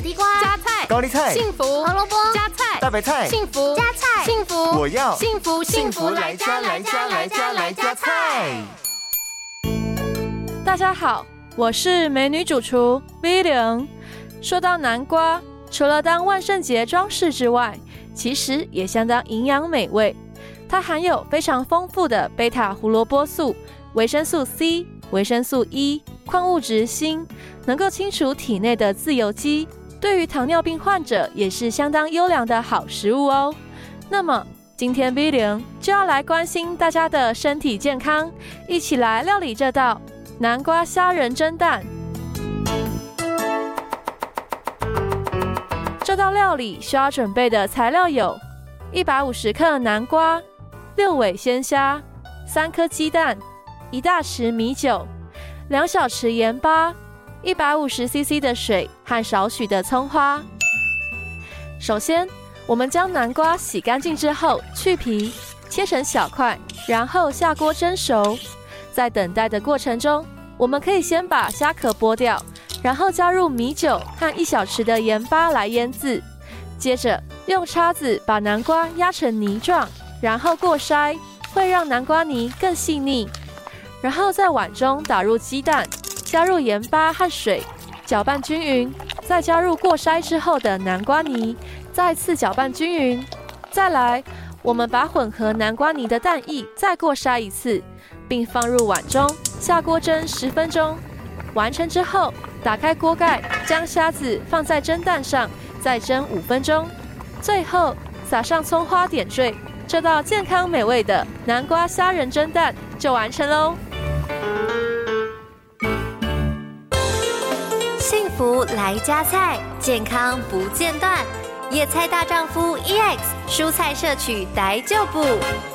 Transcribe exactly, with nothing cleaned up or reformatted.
地瓜、 加菜、 高丽菜、 幸福、 胡萝卜、 加菜、 大白菜、 幸福、 加菜、 幸福， 我要幸福幸福来家来家来家来家菜。 大家好，我是美女主厨 V 零。说到南瓜，除了当万圣节装饰之外，其实也相当营养美味。它含有非常丰富的贝塔胡萝卜素、维生素 C、维生素 E、矿物质锌，能够清除体内的自由基，对于糖尿病患者也是相当优良的好食物哦。那么今天 V 零就要来关心大家的身体健康，一起来料理这道南瓜虾仁蒸蛋。这道料理需要准备的材料有一百五十克南瓜、六尾鲜虾、三颗鸡蛋、一大匙米酒、两小匙盐巴、一百五十 C C 的水和少许的葱花。首先，我们将南瓜洗干净之后去皮，切成小块，然后下锅蒸熟。在等待的过程中，我们可以先把虾壳剥掉，然后加入米酒和一小匙的盐巴来腌制。接着用叉子把南瓜压成泥状，然后过筛，会让南瓜泥更细腻。然后在碗中打入鸡蛋，加入盐巴和水，搅拌均匀，再加入过筛之后的南瓜泥，再次搅拌均匀。再来，我们把混合南瓜泥的蛋液再过筛一次，并放入碗中，下锅蒸十分钟。完成之后，打开锅盖，将虾子放在蒸蛋上，再蒸五分钟。最后撒上葱花点缀，这道健康美味的南瓜虾仁蒸蛋就完成喽。 幸福来加菜，健康不间断。野菜大丈夫 E X 蔬菜摄取逮就补。